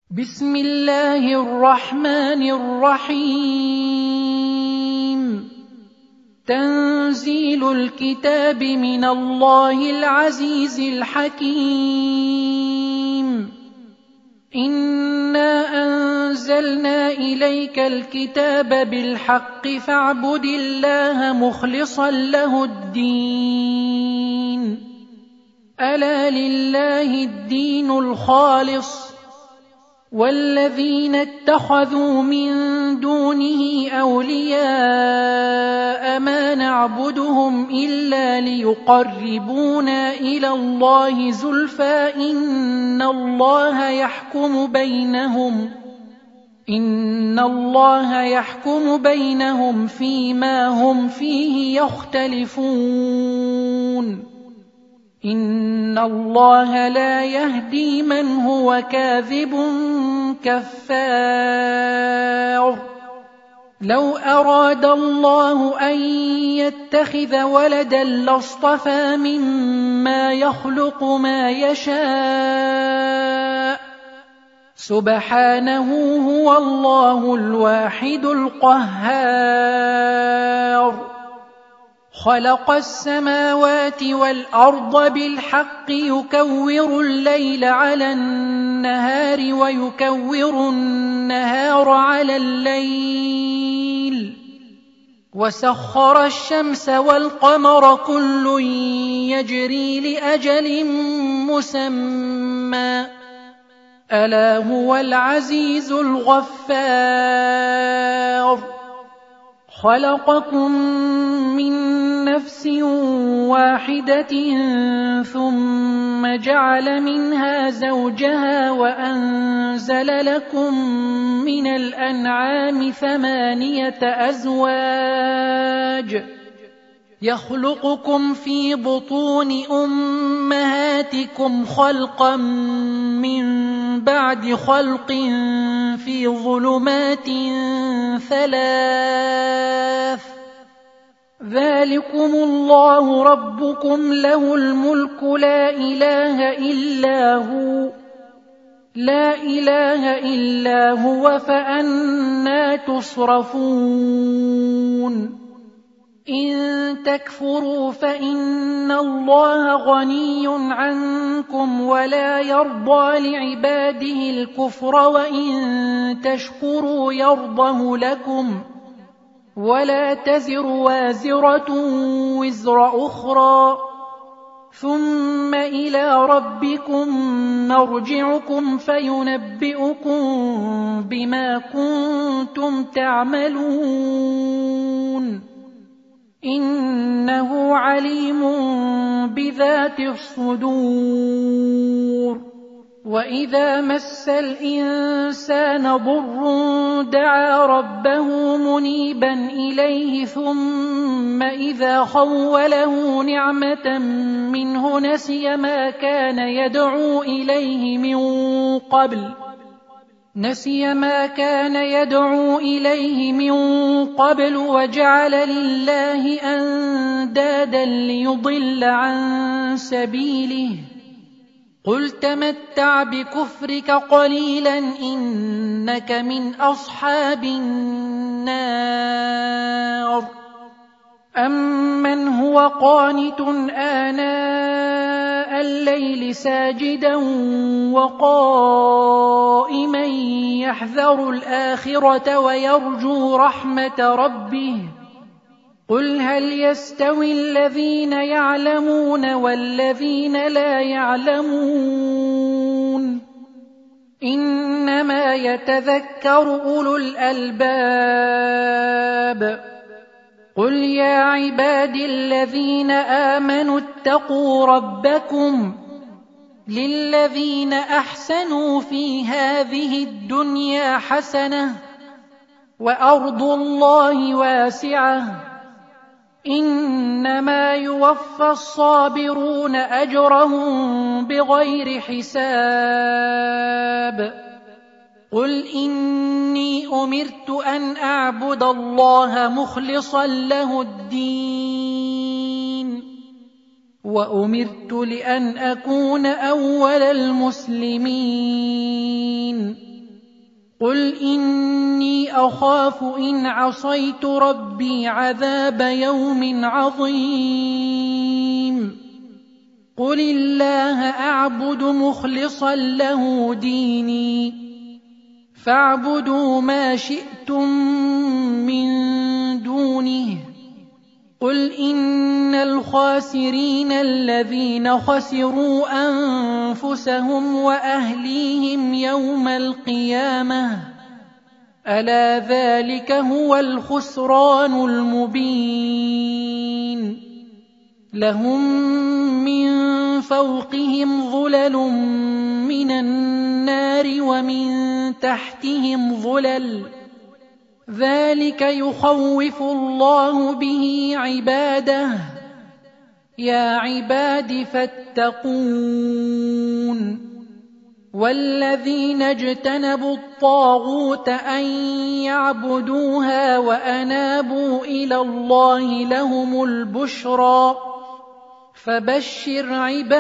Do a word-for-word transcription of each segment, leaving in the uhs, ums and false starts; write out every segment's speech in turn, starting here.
بسم الله الرحمن الرحيم. تنزيل الكتاب من الله العزيز الحكيم. إنا أنزلنا إليك الكتاب بالحق فاعبد الله مخلصا له الدين. ألا لله الدين الخالص، والذين اتخذوا من دونه أولياء ما نعبدهم إلا ليقربونا إلى الله زلفى إن الله يحكم بينهم إن الله يحكم بينهم فيما هم فيه يختلفون. إن الله لا يهدي من هو كاذب كفار. لو أراد الله أن يتخذ ولدا لاصطفى مما يخلق ما يشاء، سبحانه هو الله الواحد القهار. خلق السماوات والأرض بالحق يكور الليل على النهار ويكور النهار على الليل، وسخر الشمس والقمر كل يجري لأجل مسمى، ألا هو العزيز الغفار. خلقكم من نفس واحدة ثم جعل منها زوجها وأنزل لكم من الأنعام ثمانية أزواج يخلقكم في بطون أمهاتكم خلقا من بعد خلق في ظلمات ثلاث، ذلكم الله ربكم له الملك لا إله إلا هو لا إله إلا هو فأنى تصرفون. إن تكفروا فإن الله غني عنكم ولا يرضى لعباده الكفر، وإن تشكروا يرضه لكم، ولا تزر وازرة وزر أخرى، ثم إلى ربكم مرجعكم فينبئكم بما كنتم تعملون. إنه عليم بذات الصدور. وإذا مس الإنسان ضر دعا ربه منيبا إليه ثم إذا خوله نعمة منه نسي ما كان يدعو إليه من قبل نسي ما كان يدعو إليه من قبل وجعل لله أندادا ليضل عن سبيله. قل تمتع بكفرك قليلا إنك من أصحاب النار. أمن هو قانت آناء الليل ساجدا وقائما يحذر الآخرة ويرجو رحمة ربه، قل هل يستوي الذين يعلمون والذين لا يعلمون؟ إنما يتذكر أولو الألباب. قل يا عبادي الذين آمنوا اتقوا ربكم، للذين أحسنوا في هذه الدنيا حسنة وأرض الله واسعة، إنما يوفى الصابرون أجرهم بغير حساب. قل إني أمرت أن أعبد الله مخلصا له الدين، وأمرت لأن أكون أول المسلمين. قل إني أخاف إن عصيت ربي عذاب يوم عظيم قل الله أعبد مخلصا له ديني فاعبدوا ما شئتم من دونه قل إن الخاسرين الذين خسروا أنفسهم وأهليهم يوم القيامة ألا ذلك هو الخسران المبين لهم من فوقهم ظلل من النار ومن تحتهم ظلل ذلك يخوف الله به عباده يا عباد فاتقون والذين اجتنبوا الطاغوت أن يعبدوها وأنابوا إلى الله لهم البشرى فبشر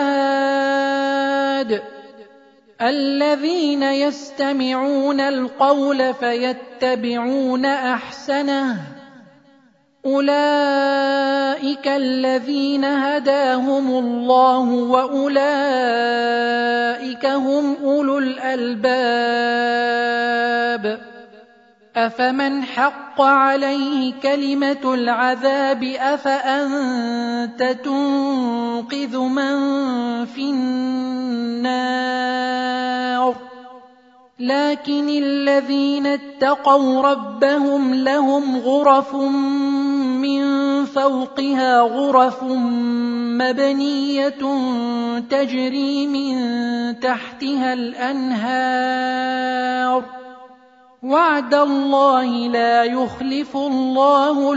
عباد الذين يستمعون القول فيتبعون أحسنه أولئك الذين هداهم الله وأولئك هم أولو الألباب أفمن حق عليه كلمة العذاب أفأنت تنقذ من في النار لكن الذين اتقوا ربهم لهم غرف من فوقها غرف مبنية تجري من تحتها الأنهار وعد الله لا يخلف الله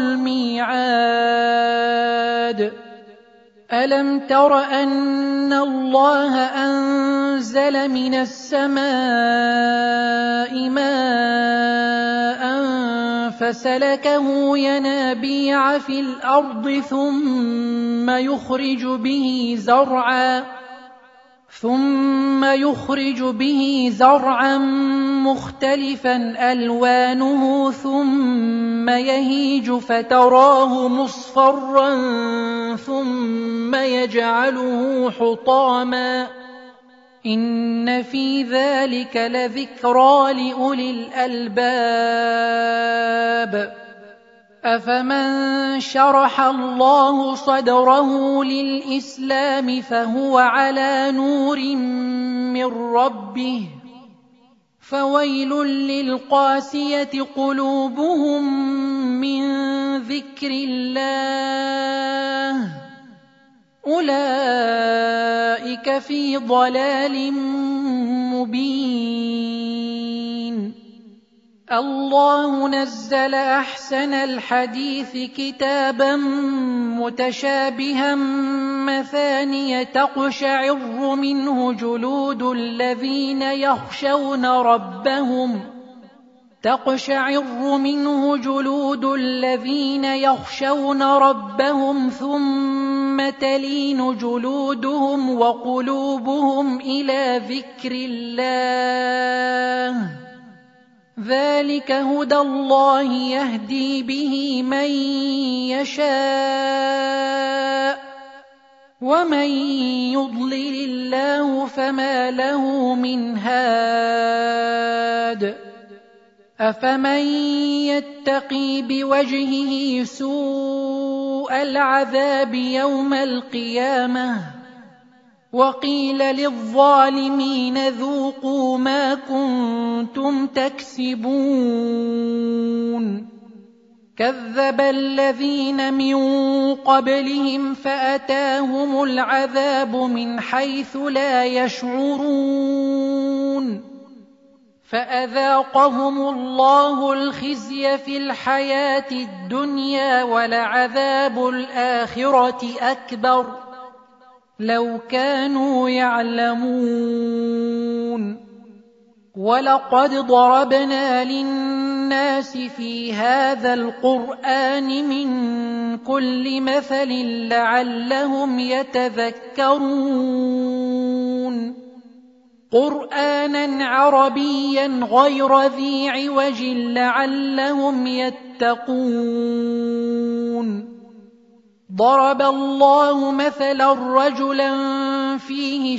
الميعاد ألم تر أن الله أنزل من السماء ماء فسلكه ينابيع في الأرض ثم يخرج به زرعا ثم يخرج به زرعا مختلفا ألوانه ثم يهيج فتراه مصفرا ثم يجعله حطاما إن في ذلك لذكرى لأولي الألباب أفمن شرح الله صدره للإسلام فهو على نور من ربه فويل للقاسية قلوبهم من ذكر الله أولئك في ضلال مبين الله نزل أحسن الحديث كتابا متشابها مثانية تقشعر منه جلود الذين يخشون ربهم تقشعر منه جلود الذين يخشون ربهم ثم تلين جلودهم وقلوبهم إلى ذكر الله ذلك هدى الله يهدي به من يشاء ومن يضلل الله فما له من هاد أفمن يتقي بوجهه سوء العذاب يوم القيامة وقيل للظالمين ذوقوا ما كنتم تكسبون كذب الذين من قبلهم فأتاهم العذاب من حيث لا يشعرون فأذاقهم الله الخزي في الحياة الدنيا ولعذاب الآخرة أكبر لو كانوا يعلمون ولقد ضربنا للناس في هذا القرآن من كل مثل لعلهم يتذكرون قرآنا عربيا غير ذي عوج لعلهم يتقون. ضرب الله مثلا رجلا فيه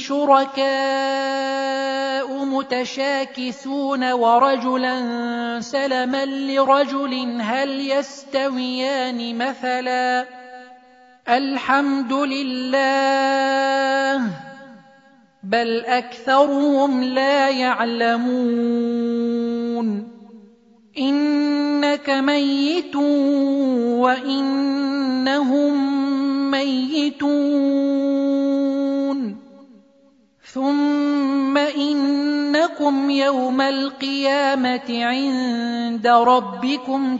شركاء متشاكسون ورجلا سلما لرجل هل يستويان مثلا الحمد لله بل أكثرهم لا يعلمون. إنك ميت وإنهم ميتون ثم إنكم يوم القيامة عند ربكم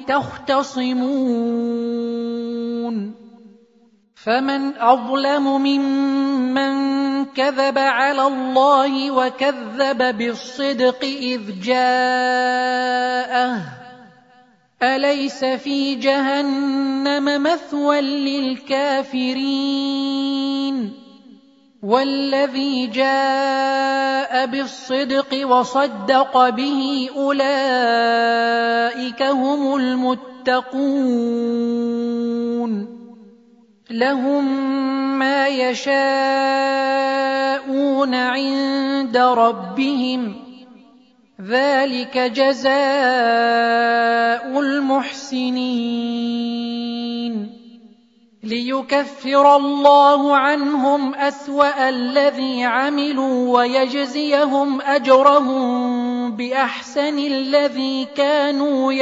تختصمون. فمن أظلم ممن كذب على الله وكذب بالصدق إذ جاءه أليس في جهنم مثوى للكافرين والذي جاء بالصدق وصدق به أولئك هم المتقون. لهم ما يشاءون عند ربهم ذلك جزاء المحسنين. ليكفر الله عنهم أسوأ الذي عملوا ويجزيهم أجرهم بأحسن الذي كانوا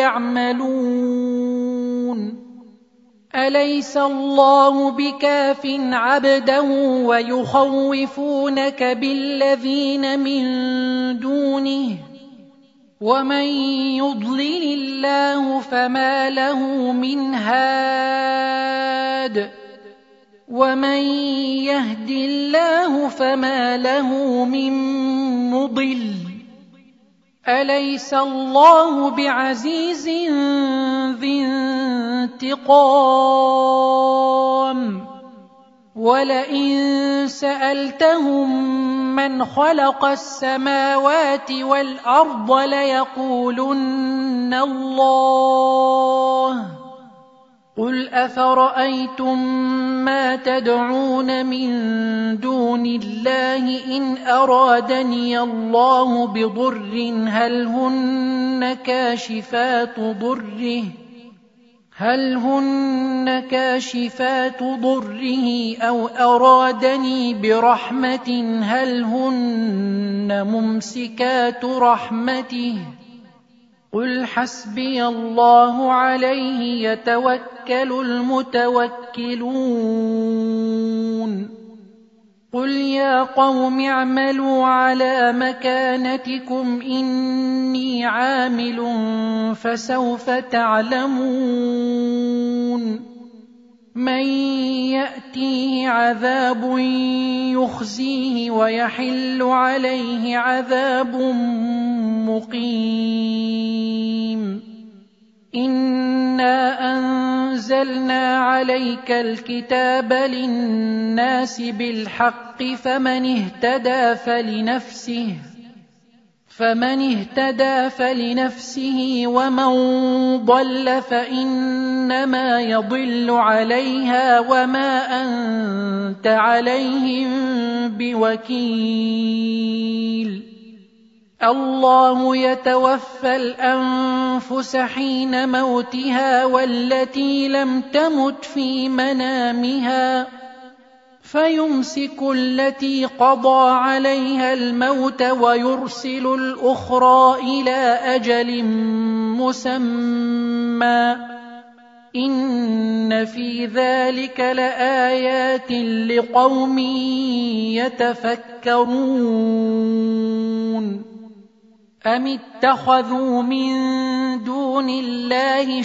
يعملون. أليس الله بكاف عبده ويخوفونك بالذين من دونه ومن يضلل الله فما له من هاد ومن يهد الله فما له من مضل. أليس الله بعزيز ذي انتقام. ولئن سألتهم من خلق السماوات والأرض ليقولن الله قل أفرأيتم ما تدعون من دون الله إن أرادني الله بضر هل هن كاشفات ضره هل هن كاشفات ضره أو أرادني برحمة هل هن ممسكات رحمته قل حسبي الله عليه يتوكل المتوكلون. قل يا قوم اعملوا على مكانتكم إني عامل فسوف تعلمون من يأتيه عذاب يخزيه ويحل عليه عذاب مقيم. إنا أنزلنا عليك الكتاب للناس بالحق فمن اهتدى فلنفسه فمن اهتدى فلنفسه ومن ضل فإنما يضل عليها وما أنت عليهم بوكيل. الله يتوفى الأنفس حين موتها والتي لم تمت في منامها فيمسك التي قضى عليها الموت ويرسل الأخرى إلى أجل مسمى إن في ذلك لآيات لقوم يتفكرون. أم اتخذوا من دون الله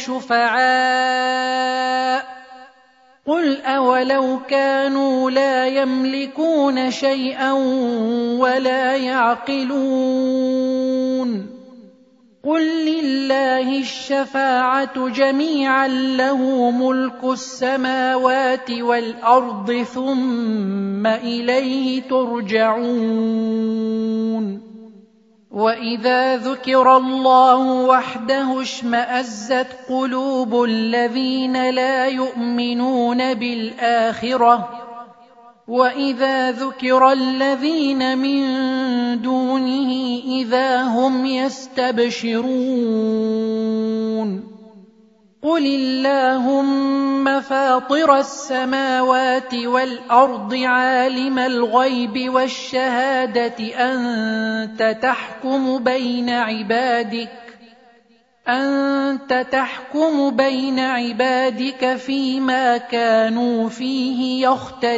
شفعاء قل أولو كانوا لا يملكون شيئا ولا يعقلون قل لله الشفاعة جميعا له ملك السماوات والأرض ثم إليه ترجعون. وإذا ذكر الله وحده اشمأزت قلوب الذين لا يؤمنون بالآخرة وإذا ذكر الذين من دونه إذا هم يستبشرون قل اللهم فاطر السماوات والأرض عالم الغيب والشهادة أنت تحكم بين عبادك أنت تحكم بين عبادك فيما كانوا فيه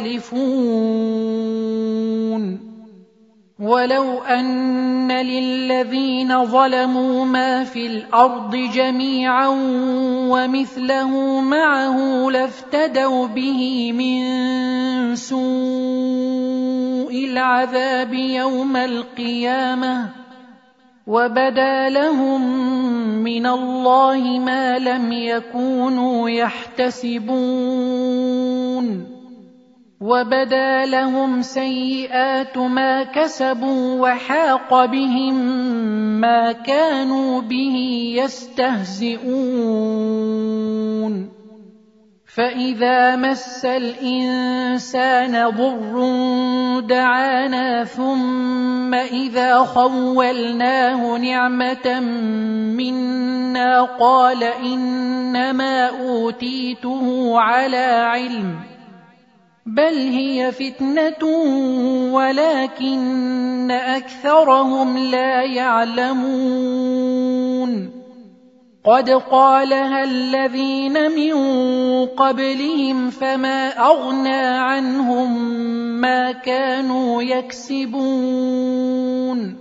يختلفون ولو أن للذين ظلموا ما في الأرض جميعا ومثله معه لافتدوا به من سوء العذاب يوم القيامة وبدا لهم من الله ما لم يكونوا يحتسبون وبدا لهم سيئات ما كسبوا وحاق بهم ما كانوا به يستهزئون فإذا مس الإنسان ضر دعانا ثم إذا خولناه نعمة منا قال إنما أوتيته على علم بل هي فتنة ولكن أكثرهم لا يعلمون قد قالها الذين من قبلهم فما أغنى عنهم ما كانوا يكسبون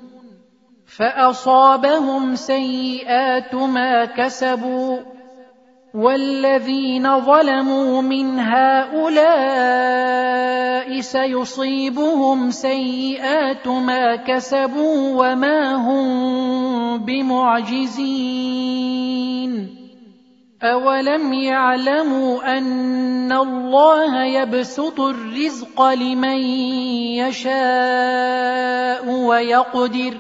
فأصابهم سيئات ما كسبوا والذين ظلموا من هؤلاء سيصيبهم سيئات ما كسبوا وما هم بمعجزين أولم يعلموا أن الله يبسط الرزق لمن يشاء ويقدر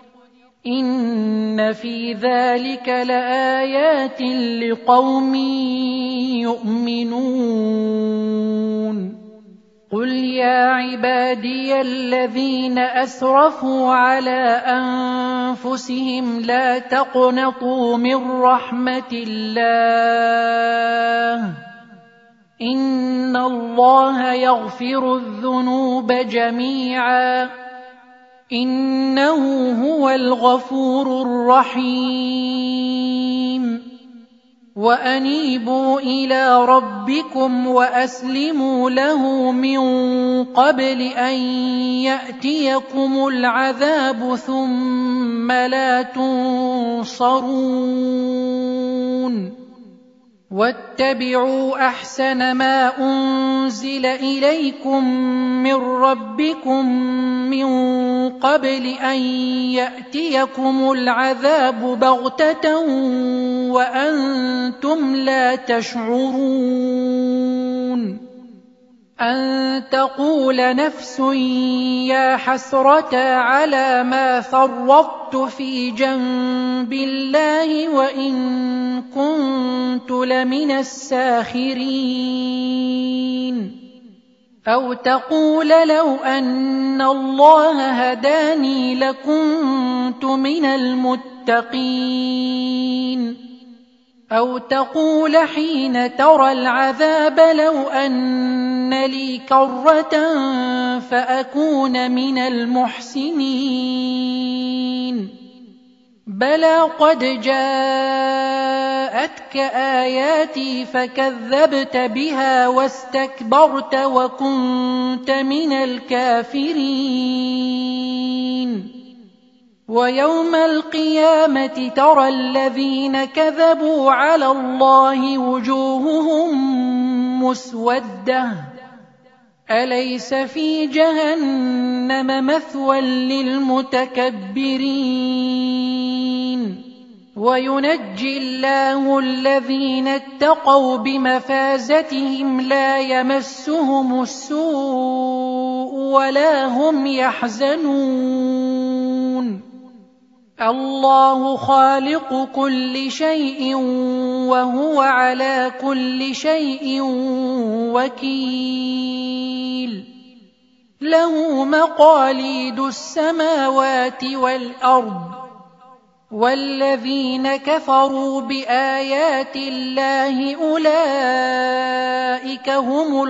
إن في ذلك لآيات لقوم يؤمنون قل يا عبادي الذين أسرفوا على أنفسهم لا تقنطوا من رحمة الله إن الله يغفر الذنوب جميعا إنه هو الغفور الرحيم وأنيبوا إلى ربكم وأسلموا له من قبل أن يأتيكم العذاب ثم لا تنصرون واتبعوا أحسن ما أنزل إليكم من ربكم من قبل أن يأتيكم العذاب بغتة وأنتم لا تشعرون أن تقول نفس يا حسرة على ما فرطت في جنب الله وإن كنت لمن الساخرين أو تقول لو أن الله هداني لكنت من المتقين أو تقول حين ترى العذاب لو أن لي كرة فأكون من المحسنين بلى قد جاءتك آياتي فكذبت بها واستكبرت وكنت من الكافرين ويوم القيامة ترى الذين كذبوا على الله وجوههم مسودة أليس في جهنم مثوى للمتكبرين وينجي الله الذين اتقوا بمفازتهم لا يمسهم السوء ولا هم يحزنون الله خالق كل شيء وهو على كل شيء وكيل له مقاليد السماوات والأرض والذين كفروا بآيات الله أولئك هم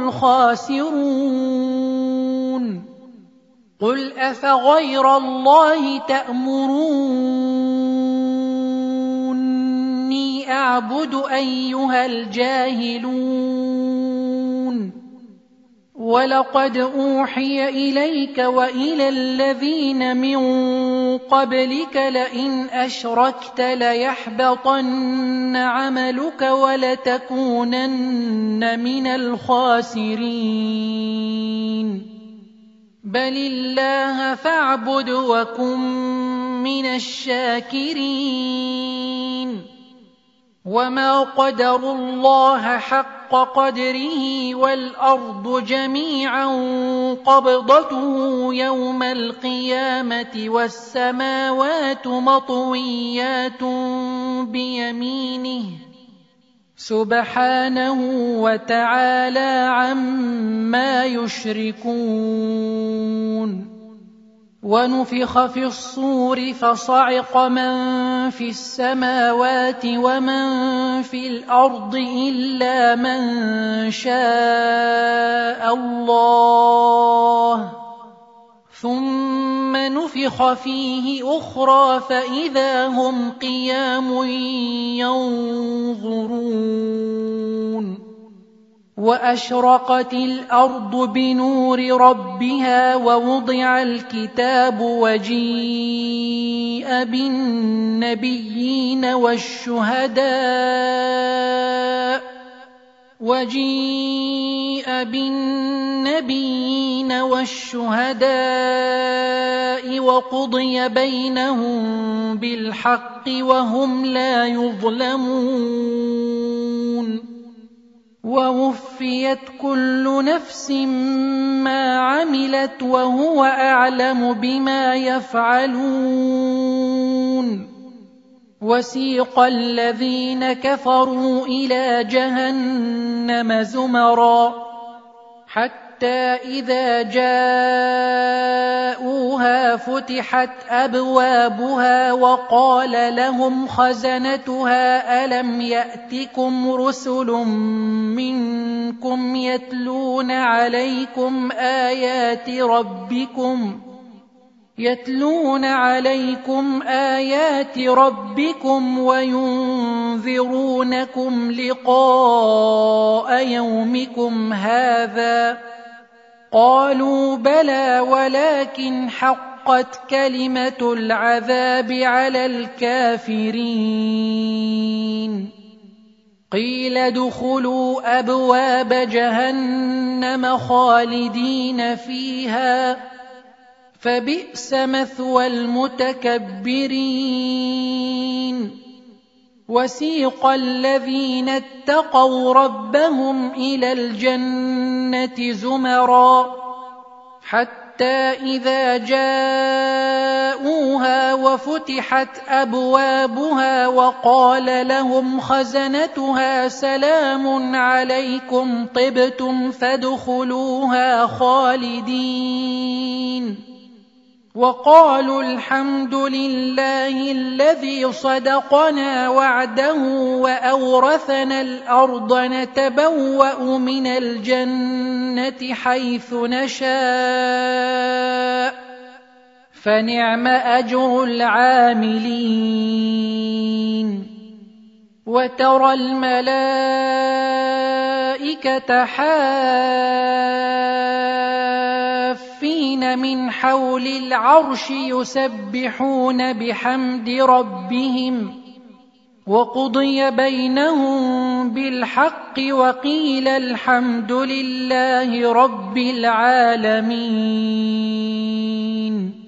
الخاسرون قل أفغير الله تأمروني أعبد أيها الجاهلون ولقد أوحي إليك وإلى الذين من قبلك لئن أشركت ليحبطن عملك ولتكونن من الخاسرين بل الله فاعبد وكن من الشاكرين وما قدروا الله حق قدره والأرض جميعا قبضته يوم القيامة والسماوات مطويات بيمينه سبحانه وتعالى عما يشركون ونفخ في الصور فصعق من في السماوات ومن في الأرض إلا من شاء الله ثم نفخ فيه أخرى فإذا هم قيام ينظرون وأشرقت الأرض بنور ربها ووضع الكتاب وجيء بالنبيين والشهداء وجيء بالنبيين والشهداء وقضي بينهم بالحق وهم لا يظلمون ووفيت كل نفس ما عملت وهو أعلم بما يفعلون وسيق الذين كفروا إلى جهنم زمرا حتى إذا جاءوها فتحت أبوابها وقال لهم خزنتها ألم يأتكم رسل منكم يتلون عليكم آيات ربكم يتلون عليكم آيات ربكم وينذرونكم لقاء يومكم هذا قالوا بلى ولكن حقت كلمة العذاب على الكافرين قيل ادخلوا أبواب جهنم خالدين فيها فبئس مثوى المتكبرين وسيق الذين اتقوا ربهم إلى الجنة زمرا حتى إذا جاءوها وفتحت أبوابها وقال لهم خزنتها سلام عليكم طبتم فادخلوها خالدين وقالوا الحمد لله الذي صدقنا وعده وأورثنا الأرض نتبوأ من الجنة حيث نشاء فنعم أجر العاملين وترى الملائكة حافين من حول العرش يسبحون بحمد ربهم وقضي بينهم بالحق وقيل الحمد لله رب العالمين